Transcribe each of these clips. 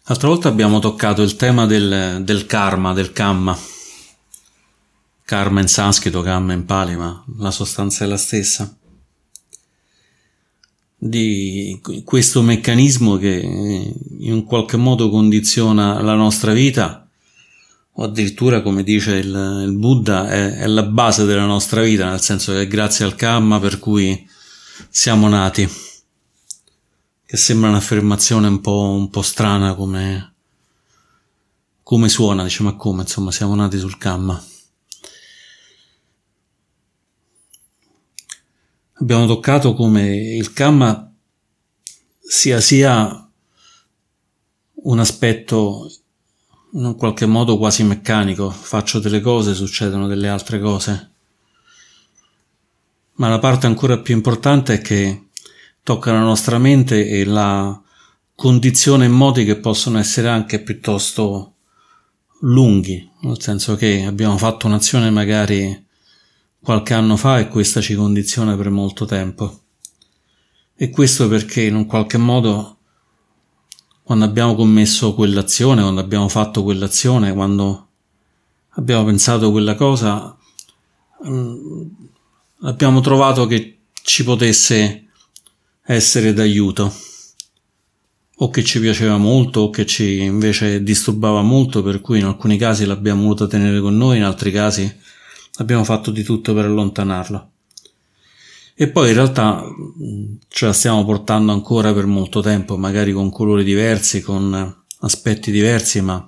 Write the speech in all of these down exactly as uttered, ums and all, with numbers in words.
L'altra volta abbiamo toccato il tema del, del karma, del kamma. Karma in sanscrito, kamma in pali, ma la sostanza è la stessa. Di questo meccanismo che in un qualche modo condiziona la nostra vita, o addirittura, come dice il, il Buddha, è, è la base della nostra vita, nel senso che è grazie al kamma per cui siamo nati. Che sembra un'affermazione un po', un po' strana come, come suona, dice, ma come, insomma, siamo nati sul kamma. Abbiamo toccato come il kamma sia sia un aspetto in un qualche modo quasi meccanico, faccio delle cose, succedono delle altre cose, ma la parte ancora più importante è che tocca la nostra mente e la condizione in modi che possono essere anche piuttosto lunghi, nel senso che abbiamo fatto un'azione magari qualche anno fa e questa ci condiziona per molto tempo. E questo perché in un qualche modo quando abbiamo commesso quell'azione, quando abbiamo fatto quell'azione, quando abbiamo pensato quella cosa, abbiamo trovato che ci potesse essere d'aiuto, o che ci piaceva molto o che ci invece disturbava molto, per cui in alcuni casi l'abbiamo voluta tenere con noi, in altri casi abbiamo fatto di tutto per allontanarlo, e poi in realtà ce la stiamo portando ancora per molto tempo, magari con colori diversi, con aspetti diversi, ma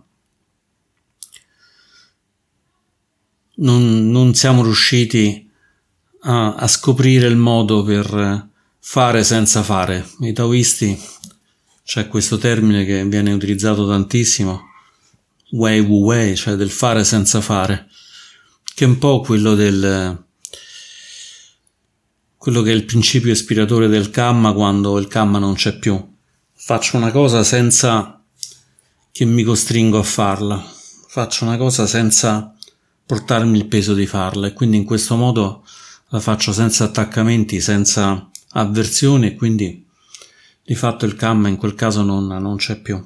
non, non siamo riusciti a, a scoprire il modo per fare senza fare. I taoisti, c'è questo termine che viene utilizzato tantissimo, wei wu wei, cioè del fare senza fare, che è un po' quello del quello che è il principio ispiratore del kamma quando il kamma non c'è più. Faccio una cosa senza che mi costringo a farla, faccio una cosa senza portarmi il peso di farla, e quindi in questo modo la faccio senza attaccamenti, senza avversione, e quindi di fatto il kamma in quel caso non, non c'è più.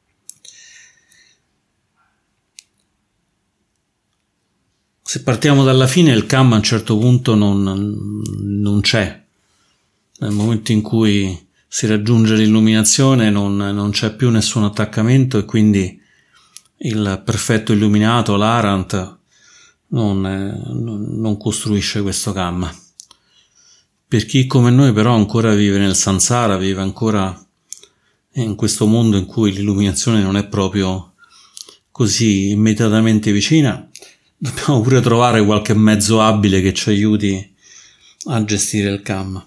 Se partiamo dalla fine, il kamma a un certo punto non, non c'è. Nel momento in cui si raggiunge l'illuminazione non, non c'è più nessun attaccamento, e quindi il perfetto illuminato, l'Arahant, non, non, non costruisce questo kamma. Per chi come noi però ancora vive nel samsara, vive ancora in questo mondo in cui l'illuminazione non è proprio così immediatamente vicina, dobbiamo pure trovare qualche mezzo abile che ci aiuti a gestire il kamma.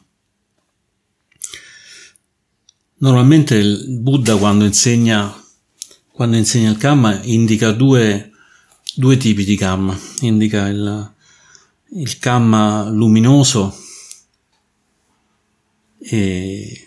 Normalmente il Buddha quando insegna quando insegna il kamma indica due, due tipi di kamma. Indica il, il kamma luminoso e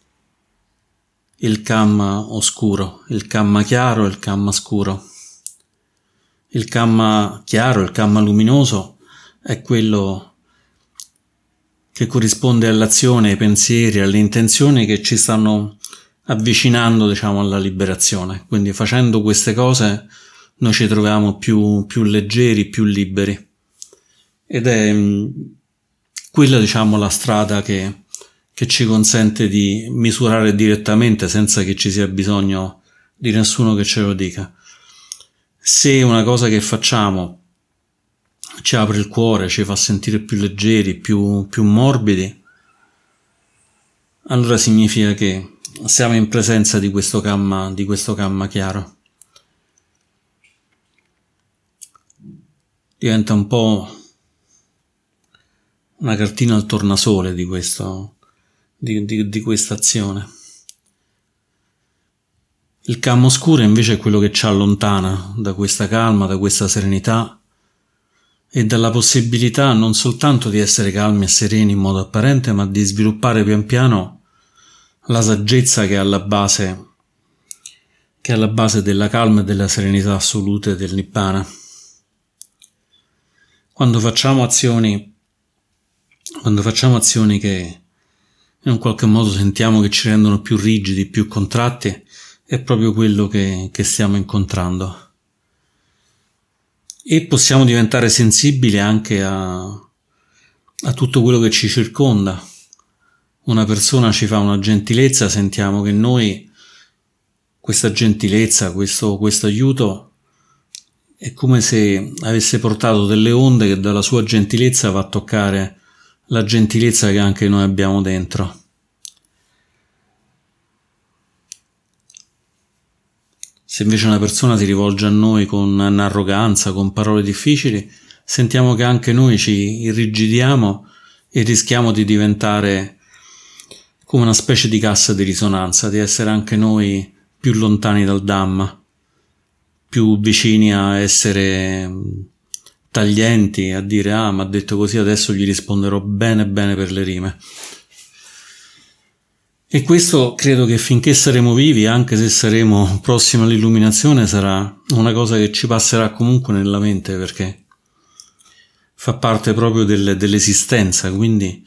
il kamma oscuro, il kamma chiaro e il kamma scuro. Il kamma chiaro, il kamma luminoso, è quello che corrisponde all'azione, ai pensieri, alle intenzioni che ci stanno avvicinando, diciamo, alla liberazione. Quindi facendo queste cose noi ci troviamo più, più leggeri, più liberi. Ed è mh, quella, diciamo, la strada che che ci consente di misurare direttamente senza che ci sia bisogno di nessuno che ce lo dica. Se una cosa che facciamo ci apre il cuore, ci fa sentire più leggeri, più, più morbidi, allora significa che siamo in presenza di questo kamma, di questo kamma chiaro. Diventa un po' una cartina al tornasole di questo Di, di, di questa azione. Il kamma oscuro invece è quello che ci allontana da questa calma, da questa serenità e dalla possibilità non soltanto di essere calmi e sereni in modo apparente, ma di sviluppare pian piano la saggezza che è alla base che è alla base della calma e della serenità assolute del Nibbana. Quando facciamo azioni quando facciamo azioni che in un qualche modo sentiamo che ci rendono più rigidi, più contratti, è proprio quello che, che stiamo incontrando. E possiamo diventare sensibili anche a, a tutto quello che ci circonda. Una persona ci fa una gentilezza, sentiamo che noi questa gentilezza, questo, questo aiuto è come se avesse portato delle onde che dalla sua gentilezza va a toccare la gentilezza che anche noi abbiamo dentro. Se invece una persona si rivolge a noi con arroganza, con parole difficili, sentiamo che anche noi ci irrigidiamo e rischiamo di diventare come una specie di cassa di risonanza, di essere anche noi più lontani dal Dhamma, più vicini a essere taglienti, a dire ah, ma ha detto così, adesso gli risponderò bene bene per le rime. E questo credo che finché saremo vivi, anche se saremo prossimi all'illuminazione, sarà una cosa che ci passerà comunque nella mente, perché fa parte proprio del, dell'esistenza, quindi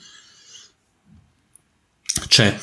c'è.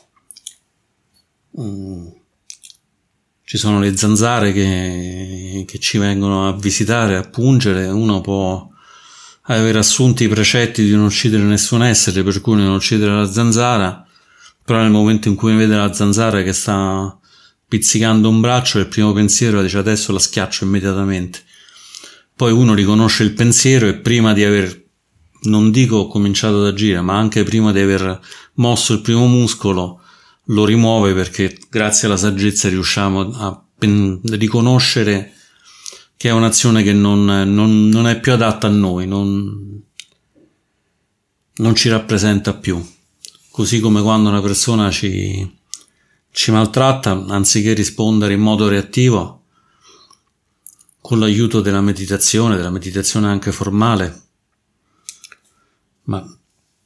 Mm. Ci sono le zanzare che, che ci vengono a visitare, a pungere. Uno può aver assunto i precetti di non uccidere nessun essere, per cui non uccidere la zanzara, però nel momento in cui vede la zanzara che sta pizzicando un braccio, il primo pensiero dice adesso la schiaccio immediatamente. Poi uno riconosce il pensiero e prima di aver, non dico cominciato ad agire, ma anche prima di aver mosso il primo muscolo, lo rimuove, perché grazie alla saggezza riusciamo a pen- riconoscere che è un'azione che non, non, non è più adatta a noi, non, non ci rappresenta più. Così come quando una persona ci, ci maltratta, anziché rispondere in modo reattivo, con l'aiuto della meditazione, della meditazione anche formale, ma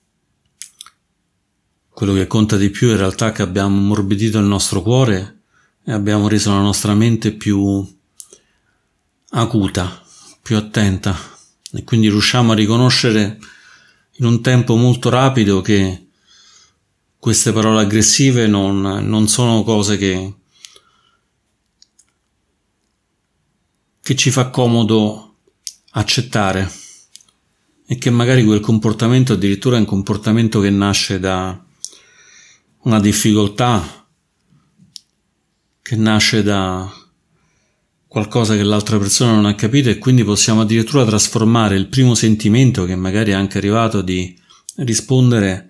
quello che conta di più in realtà è che abbiamo ammorbidito il nostro cuore e abbiamo reso la nostra mente più acuta, più attenta, e quindi riusciamo a riconoscere in un tempo molto rapido che queste parole aggressive non, non sono cose che, che ci fa comodo accettare, e che magari quel comportamento addirittura è un comportamento che nasce da una difficoltà, che nasce da qualcosa che l'altra persona non ha capito, e quindi possiamo addirittura trasformare il primo sentimento, che magari è anche arrivato, di rispondere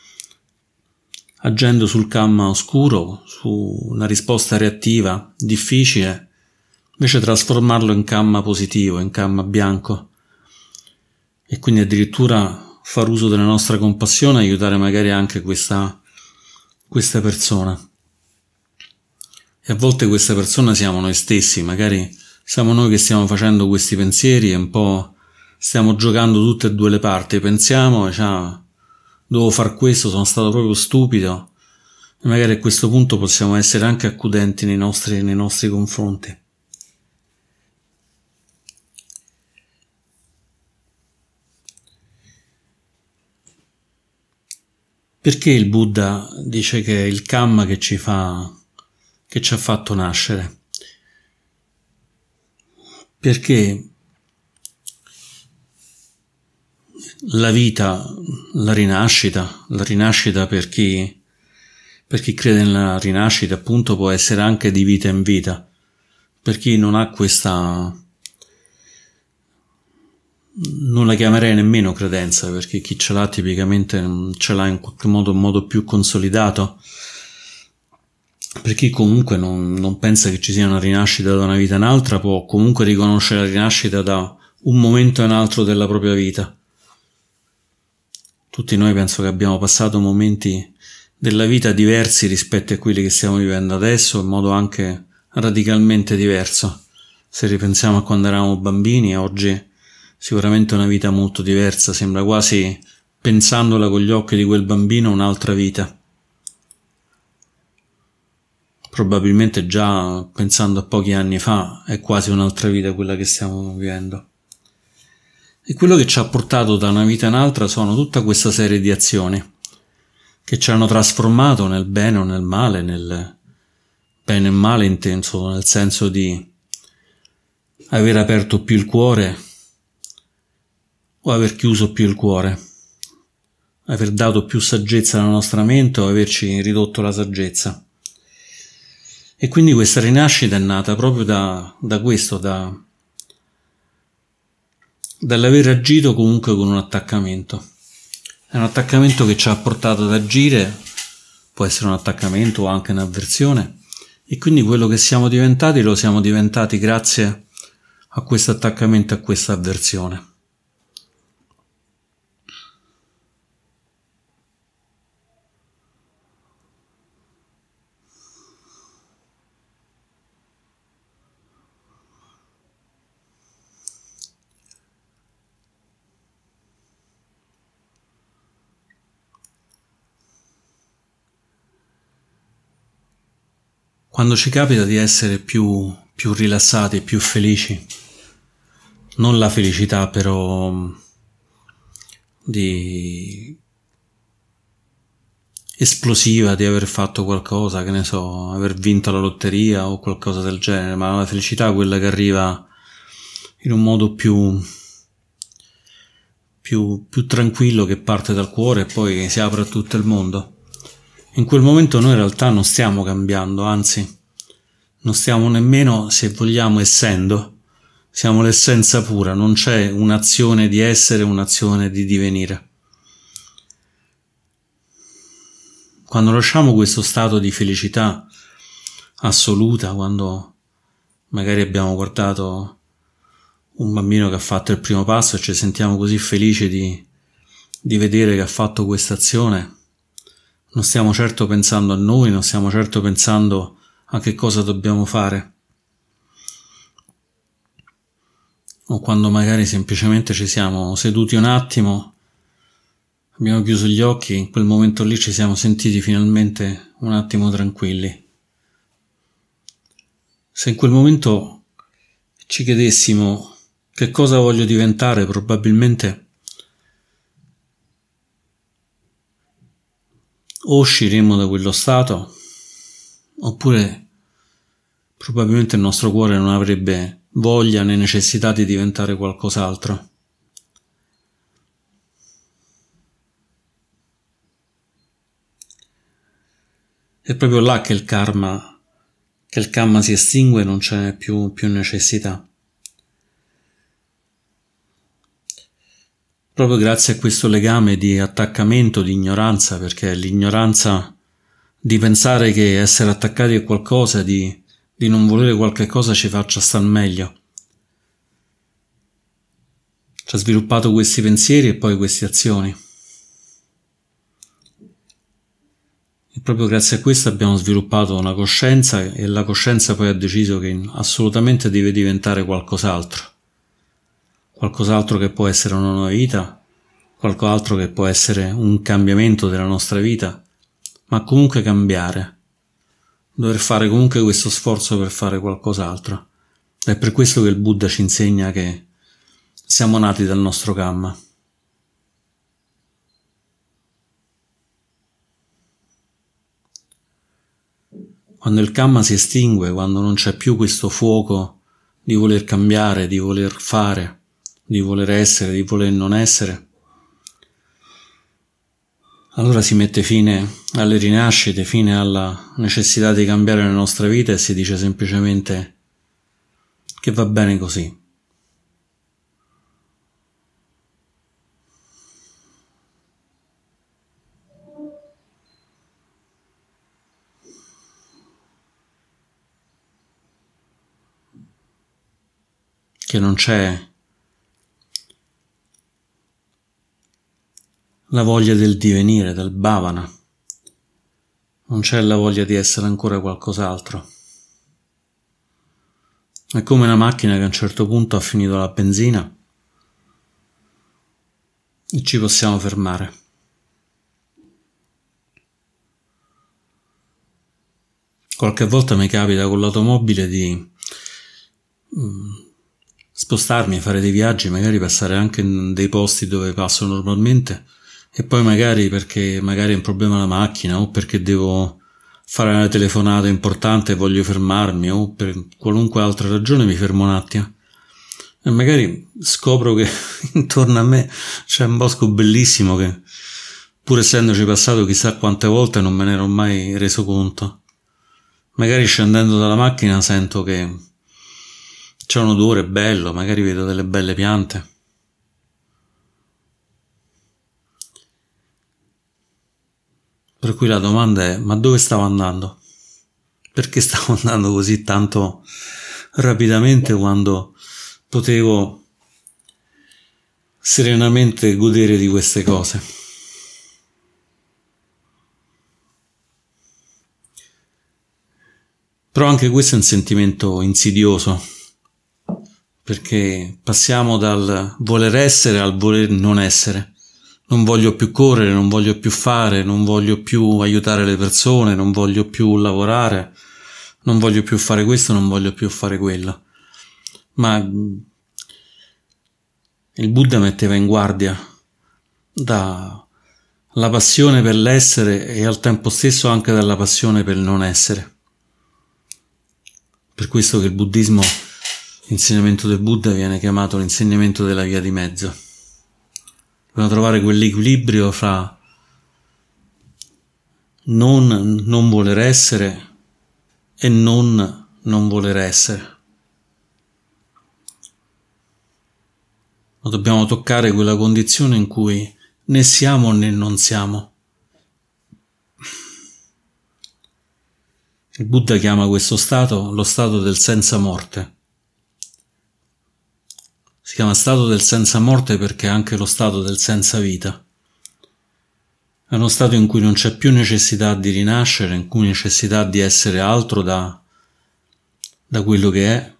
agendo sul kamma oscuro, su una risposta reattiva, difficile, invece trasformarlo in kamma positivo, in kamma bianco, e quindi addirittura far uso della nostra compassione, aiutare magari anche questa questa persona. E a volte questa persona siamo noi stessi, magari siamo noi che stiamo facendo questi pensieri e un po' stiamo giocando tutte e due le parti, pensiamo, diciamo, devo far questo, sono stato proprio stupido, e magari a questo punto possiamo essere anche accudenti nei nostri, nei nostri confronti. Perché il Buddha dice che è il kamma che ci fa, che ci ha fatto nascere? Perché la vita, la rinascita, la rinascita per chi, per chi crede nella rinascita, appunto, può essere anche di vita in vita. Per chi non ha questa, non la chiamerei nemmeno credenza, perché chi ce l'ha tipicamente ce l'ha in qualche modo in modo più consolidato. Per chi comunque non, non pensa che ci sia una rinascita da una vita in un'altra, può comunque riconoscere la rinascita da un momento in un altro della propria vita. Tutti noi penso che abbiamo passato momenti della vita diversi rispetto a quelli che stiamo vivendo adesso, in modo anche radicalmente diverso. Se ripensiamo a quando eravamo bambini, oggi sicuramente una vita molto diversa, sembra quasi, pensandola con gli occhi di quel bambino, un'altra vita. Probabilmente già pensando a pochi anni fa è quasi un'altra vita quella che stiamo vivendo. E quello che ci ha portato da una vita in un'altra sono tutta questa serie di azioni che ci hanno trasformato nel bene o nel male, nel bene e male intenso, nel senso di aver aperto più il cuore o aver chiuso più il cuore, aver dato più saggezza alla nostra mente o averci ridotto la saggezza. E quindi questa rinascita è nata proprio da, da questo, da, dall'aver agito comunque con un attaccamento. È un attaccamento che ci ha portato ad agire, può essere un attaccamento o anche un'avversione, e quindi quello che siamo diventati lo siamo diventati grazie a questo attaccamento e a questa avversione. Quando ci capita di essere più, più rilassati, più felici, non la felicità però di esplosiva di aver fatto qualcosa, che ne so, aver vinto la lotteria o qualcosa del genere, ma la felicità, quella che arriva in un modo più, più, più tranquillo, che parte dal cuore e poi si apre a tutto il mondo. In quel momento noi in realtà non stiamo cambiando, anzi, non stiamo nemmeno, se vogliamo, essendo. Siamo l'essenza pura, non c'è un'azione di essere, un'azione di divenire. Quando lasciamo questo stato di felicità assoluta, quando magari abbiamo guardato un bambino che ha fatto il primo passo e ci sentiamo così felici di, di vedere che ha fatto questa azione, non stiamo certo pensando a noi, non stiamo certo pensando a che cosa dobbiamo fare. O quando magari semplicemente ci siamo seduti un attimo, abbiamo chiuso gli occhi, in quel momento lì ci siamo sentiti finalmente un attimo tranquilli. Se in quel momento ci chiedessimo che cosa voglio diventare, probabilmente o usciremo da quello stato, oppure probabilmente il nostro cuore non avrebbe voglia né necessità di diventare qualcos'altro. È proprio là che il karma, che il kamma si estingue, non c'è più, più necessità. Proprio grazie a questo legame di attaccamento, di ignoranza, perché l'ignoranza di pensare che essere attaccati a qualcosa, di, di non volere qualche cosa ci faccia star meglio, ci ha sviluppato questi pensieri e poi queste azioni. E proprio grazie a questo abbiamo sviluppato una coscienza e la coscienza poi ha deciso che assolutamente deve diventare qualcos'altro. Qualcos'altro che può essere una nuova vita, qualcos'altro che può essere un cambiamento della nostra vita, ma comunque cambiare. Dover fare comunque questo sforzo per fare qualcos'altro. È per questo che il Buddha ci insegna che siamo nati dal nostro kamma. Quando il kamma si estingue, quando non c'è più questo fuoco di voler cambiare, di voler fare, di voler essere, di voler non essere, allora si mette fine alle rinascite, fine alla necessità di cambiare la nostra vita e si dice semplicemente che va bene così. Che non c'è la voglia del divenire, del bhavana, non c'è la voglia di essere ancora qualcos'altro. È come una macchina che a un certo punto ha finito la benzina e ci possiamo fermare. Qualche volta mi capita con l'automobile di mm, spostarmi, fare dei viaggi, magari passare anche in dei posti dove passo normalmente e poi magari perché magari è un problema la macchina o perché devo fare una telefonata importante e voglio fermarmi, o per qualunque altra ragione mi fermo un attimo e magari scopro che intorno a me c'è un bosco bellissimo che, pur essendoci passato chissà quante volte, non me ne ero mai reso conto. Magari scendendo dalla macchina sento che c'è un odore bello, magari vedo delle belle piante. Per cui la domanda è: ma dove stavo andando? Perché stavo andando così tanto rapidamente quando potevo serenamente godere di queste cose? Però anche questo è un sentimento insidioso, perché passiamo dal voler essere al voler non essere. Non voglio più correre, non voglio più fare, non voglio più aiutare le persone, non voglio più lavorare, non voglio più fare questo, non voglio più fare quello. Ma il Buddha metteva in guardia dalla passione per l'essere e al tempo stesso anche dalla passione per il non essere. Per questo che il buddismo, l'insegnamento del Buddha, viene chiamato l'insegnamento della via di mezzo. Dobbiamo trovare quell'equilibrio fra non non voler essere e non non voler essere. Ma dobbiamo toccare quella condizione in cui né siamo né non siamo. Il Buddha chiama questo stato lo stato del senza morte. Si chiama stato del senza morte perché è anche lo stato del senza vita. È uno stato in cui non c'è più necessità di rinascere, in cui necessità di essere altro da, da quello che è,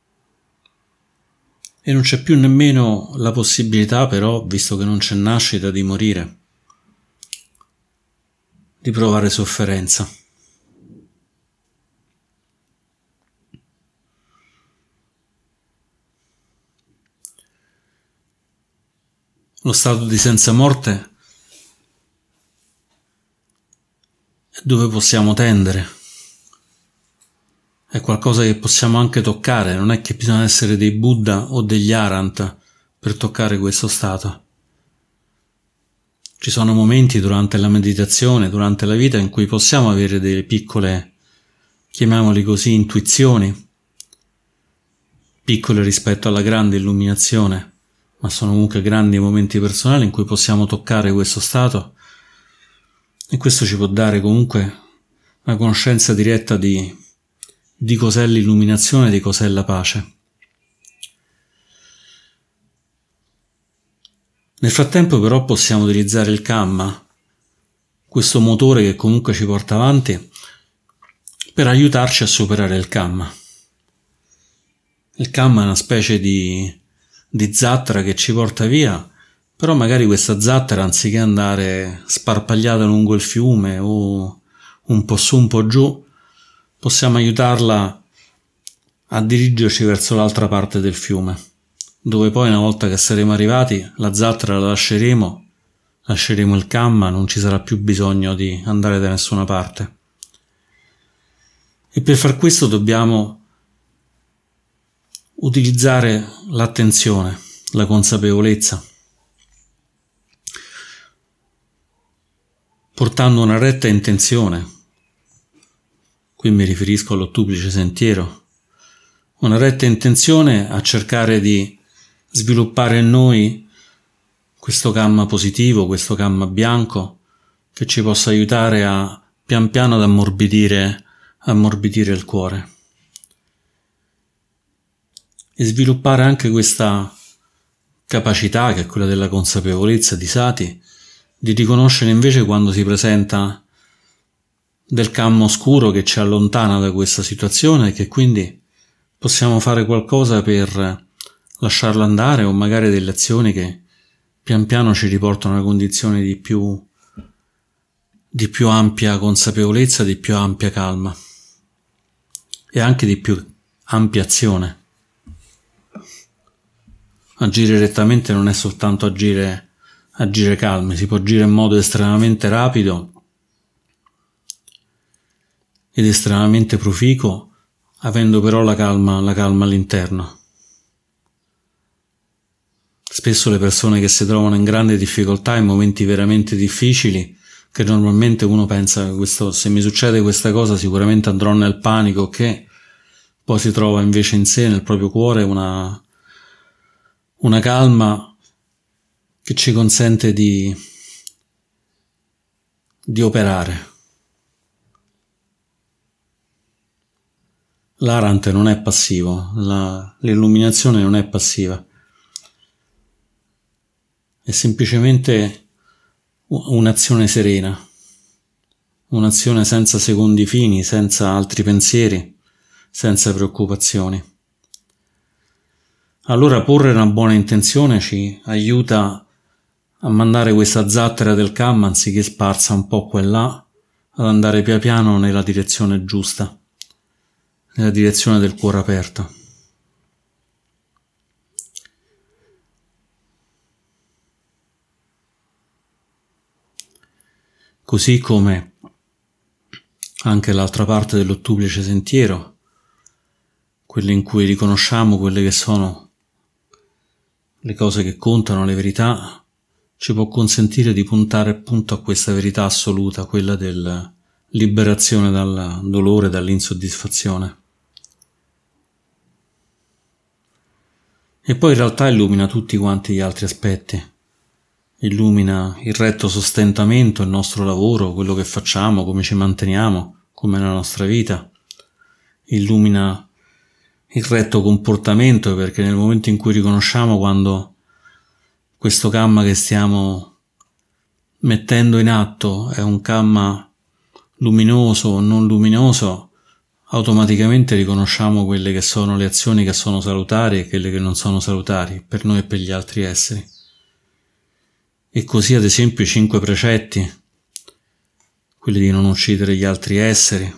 e non c'è più nemmeno la possibilità, però, visto che non c'è nascita, di morire, di provare sofferenza. Lo stato di senza morte è dove possiamo tendere, è qualcosa che possiamo anche toccare, non è che bisogna essere dei Buddha o degli Arahant per toccare questo stato. Ci sono momenti durante la meditazione, durante la vita, in cui possiamo avere delle piccole, chiamiamoli così, intuizioni, piccole rispetto alla grande illuminazione, ma sono comunque grandi momenti personali in cui possiamo toccare questo stato, e questo ci può dare comunque una conoscenza diretta di, di cos'è l'illuminazione, di cos'è la pace. Nel frattempo però possiamo utilizzare il Kamma, questo motore che comunque ci porta avanti, per aiutarci a superare il Kamma. Il Kamma è una specie di di zattera che ci porta via, però magari questa zattera, anziché andare sparpagliata lungo il fiume o un po' su un po' giù, possiamo aiutarla a dirigerci verso l'altra parte del fiume, dove poi, una volta che saremo arrivati, la zattera la lasceremo, lasceremo il Kamma, non ci sarà più bisogno di andare da nessuna parte. E per far questo dobbiamo utilizzare l'attenzione, la consapevolezza, portando una retta intenzione. Qui mi riferisco all'ottuplice sentiero, una retta intenzione a cercare di sviluppare in noi questo Kamma positivo, questo Kamma bianco, che ci possa aiutare a pian piano ad ammorbidire, ammorbidire il cuore. E sviluppare anche questa capacità, che è quella della consapevolezza di Sati, di riconoscere invece quando si presenta del Kamma oscuro che ci allontana da questa situazione e che quindi possiamo fare qualcosa per lasciarlo andare, o magari delle azioni che pian piano ci riportano a una condizione di più, di più ampia consapevolezza, di più ampia calma e anche di più ampia azione. Agire rettamente non è soltanto agire, agire calmi, si può agire in modo estremamente rapido ed estremamente proficuo, avendo però la calma, la calma all'interno. Spesso le persone che si trovano in grande difficoltà, in momenti veramente difficili, che normalmente uno pensa questo, se mi succede questa cosa sicuramente andrò nel panico, che poi si trova invece in sé, nel proprio cuore, una, una calma che ci consente di, di operare. L'Arahant non è passivo, la, l'illuminazione non è passiva, è semplicemente un'azione serena, un'azione senza secondi fini, senza altri pensieri, senza preoccupazioni. Allora porre una buona intenzione ci aiuta a mandare questa zattera del Kamma, anziché sparsa un po' qua e là, ad andare pian piano nella direzione giusta, nella direzione del cuore aperto. Così come anche l'altra parte dell'ottuplice sentiero, quelle in cui riconosciamo quelle che sono le cose che contano, le verità, ci può consentire di puntare appunto a questa verità assoluta, quella della liberazione dal dolore, dall'insoddisfazione. E poi in realtà illumina tutti quanti gli altri aspetti. Illumina il retto sostentamento, il nostro lavoro, quello che facciamo, come ci manteniamo, come la nostra vita. Illumina il retto comportamento, perché nel momento in cui riconosciamo quando questo Kamma che stiamo mettendo in atto è un Kamma luminoso o non luminoso, automaticamente riconosciamo quelle che sono le azioni che sono salutari e quelle che non sono salutari per noi e per gli altri esseri. E così ad esempio i cinque precetti, quelli di non uccidere gli altri esseri,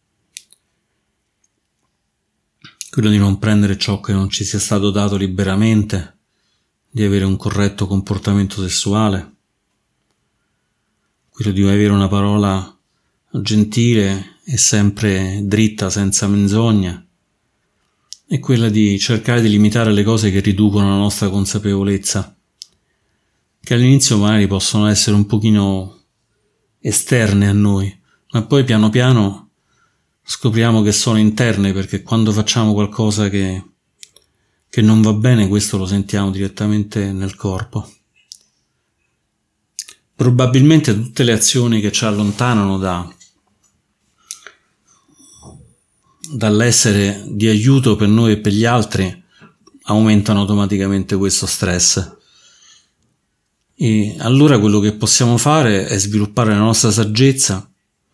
quello di non prendere ciò che non ci sia stato dato liberamente, di avere un corretto comportamento sessuale, quello di avere una parola gentile e sempre dritta, senza menzogne, e quella di cercare di limitare le cose che riducono la nostra consapevolezza, che all'inizio magari possono essere un pochino esterne a noi, ma poi piano piano scopriamo che sono interne, perché quando facciamo qualcosa che, che non va bene, questo lo sentiamo direttamente nel corpo. Probabilmente tutte le azioni che ci allontanano da, dall'essere di aiuto per noi e per gli altri aumentano automaticamente questo stress. E allora quello che possiamo fare è sviluppare la nostra saggezza,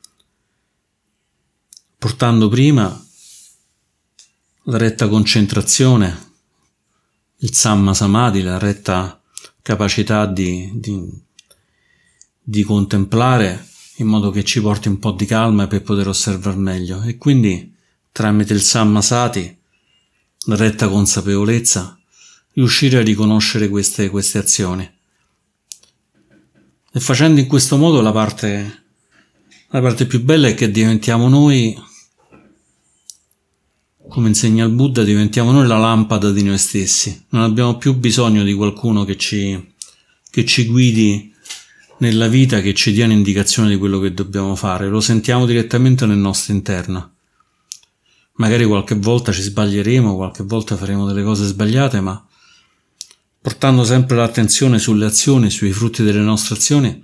portando prima la retta concentrazione, il Samma Samadhi, la retta capacità di, di, di contemplare, in modo che ci porti un po' di calma per poter osservare meglio, e quindi tramite il Samma Sati, la retta consapevolezza, riuscire a riconoscere queste, queste azioni. E facendo in questo modo la parte, la parte più bella è che diventiamo noi, come insegna il Buddha, diventiamo noi la lampada di noi stessi. Non abbiamo più bisogno di qualcuno che ci, che ci guidi nella vita, che ci dia un'indicazione di quello che dobbiamo fare. Lo sentiamo direttamente nel nostro interno. Magari qualche volta ci sbaglieremo, qualche volta faremo delle cose sbagliate, ma portando sempre l'attenzione sulle azioni, sui frutti delle nostre azioni,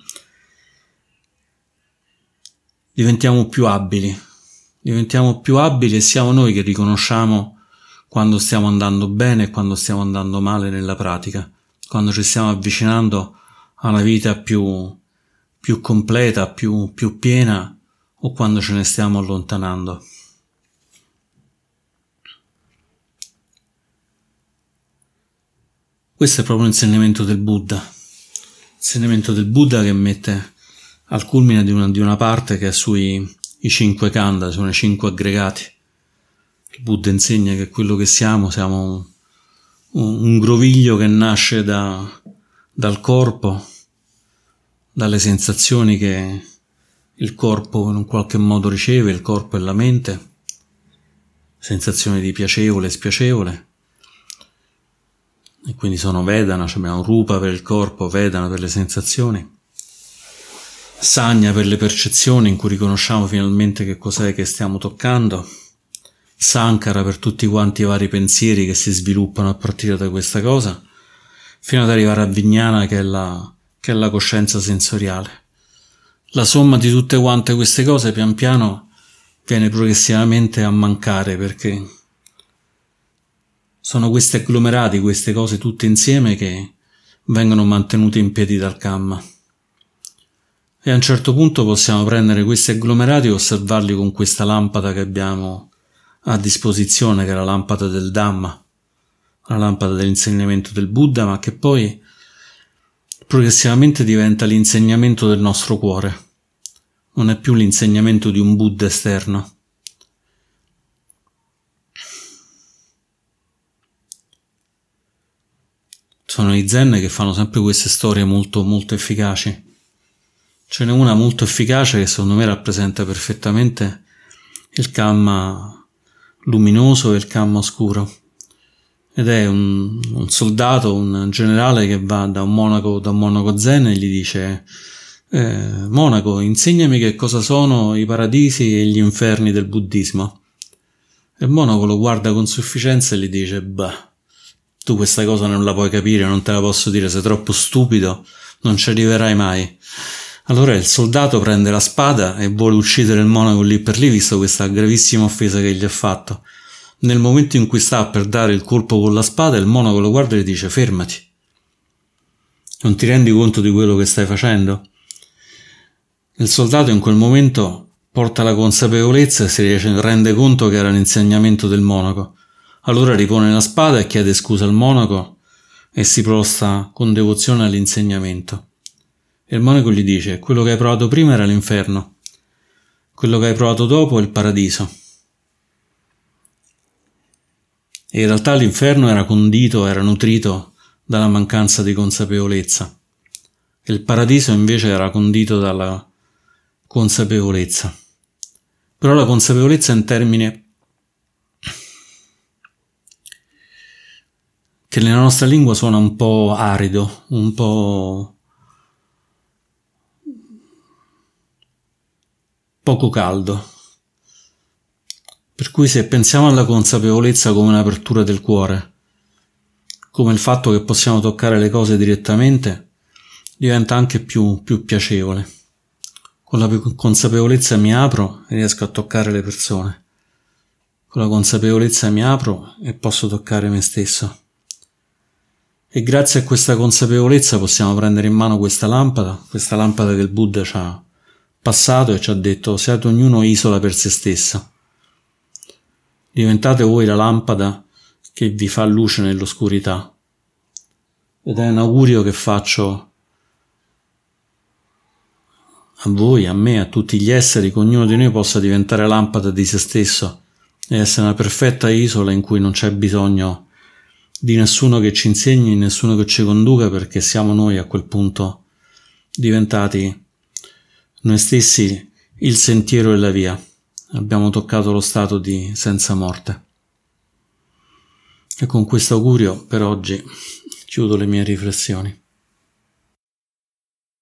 diventiamo più abili, diventiamo più abili e siamo noi che riconosciamo quando stiamo andando bene e quando stiamo andando male nella pratica, quando ci stiamo avvicinando a una vita più, più completa, più, più piena, o quando ce ne stiamo allontanando. Questo è proprio l'insegnamento del Buddha, l'insegnamento del Buddha che mette al culmine di una, di una parte che è sui i cinque khandha, sono i cinque aggregati. Il Buddha insegna che quello che siamo, siamo un, un, un groviglio che nasce da, dal corpo, dalle sensazioni che, il corpo in un qualche modo riceve, il corpo e la mente, sensazioni di piacevole e spiacevole, e quindi sono Vedana, cioè abbiamo Rupa per il corpo, Vedana per le sensazioni, Sanya per le percezioni in cui riconosciamo finalmente che cos'è che stiamo toccando, Sankara per tutti quanti i vari pensieri che si sviluppano a partire da questa cosa, fino ad arrivare a Vijnana che è la, che è la coscienza sensoriale. La somma di tutte quante queste cose pian piano viene progressivamente a mancare, perché sono questi agglomerati, queste cose tutte insieme che vengono mantenute in piedi dal Kamma. E a un certo punto possiamo prendere questi agglomerati e osservarli con questa lampada che abbiamo a disposizione, che è la lampada del Dhamma, la lampada dell'insegnamento del Buddha, ma che poi progressivamente diventa l'insegnamento del nostro cuore. Non è più l'insegnamento di un Buddha esterno. Sono i Zen che fanno sempre queste storie molto molto efficaci. Ce n'è una molto efficace che secondo me rappresenta perfettamente il Kamma luminoso e il Kamma oscuro. Ed è un, un soldato, un generale che va da un monaco, da un monaco Zen e gli dice: eh, monaco, insegnami che cosa sono i paradisi e gli inferni del buddismo. E il monaco lo guarda con sufficienza e gli dice: bah, tu questa cosa non la puoi capire, non te la posso dire, sei troppo stupido, non ci arriverai mai. Allora il soldato prende la spada e vuole uccidere il monaco lì per lì, visto questa gravissima offesa che gli ha fatto. Nel momento in cui sta per dare il colpo con la spada, il monaco lo guarda e gli dice: fermati, non ti rendi conto di quello che stai facendo? Il soldato in quel momento porta la consapevolezza e si rende conto che era l'insegnamento del monaco. Allora ripone la spada e chiede scusa al monaco e si prostra con devozione all'insegnamento. E il monaco gli dice: quello che hai provato prima era l'inferno, quello che hai provato dopo è il paradiso. E in realtà l'inferno era condito, era nutrito dalla mancanza di consapevolezza. E il paradiso invece era condito dalla consapevolezza. Però la consapevolezza è un termine che nella nostra lingua suona un po' arido, un po' poco caldo. Per cui se pensiamo alla consapevolezza come un'apertura del cuore, come il fatto che possiamo toccare le cose direttamente, diventa anche più, più piacevole. Con la consapevolezza mi apro e riesco a toccare le persone. Con la consapevolezza mi apro e posso toccare me stesso. E grazie a questa consapevolezza possiamo prendere in mano questa lampada, questa lampada che il Buddha ci ha passato e ci ha detto: siate ognuno isola per se stessa. Diventate voi la lampada che vi fa luce nell'oscurità. Ed è un augurio che faccio a voi, a me, a tutti gli esseri, che ognuno di noi possa diventare lampada di se stesso e essere una perfetta isola in cui non c'è bisogno di nessuno che ci insegni, nessuno che ci conduca, perché siamo noi a quel punto diventati noi stessi il sentiero e la via. Abbiamo toccato lo stato di senza morte. E con questo augurio per oggi chiudo le mie riflessioni.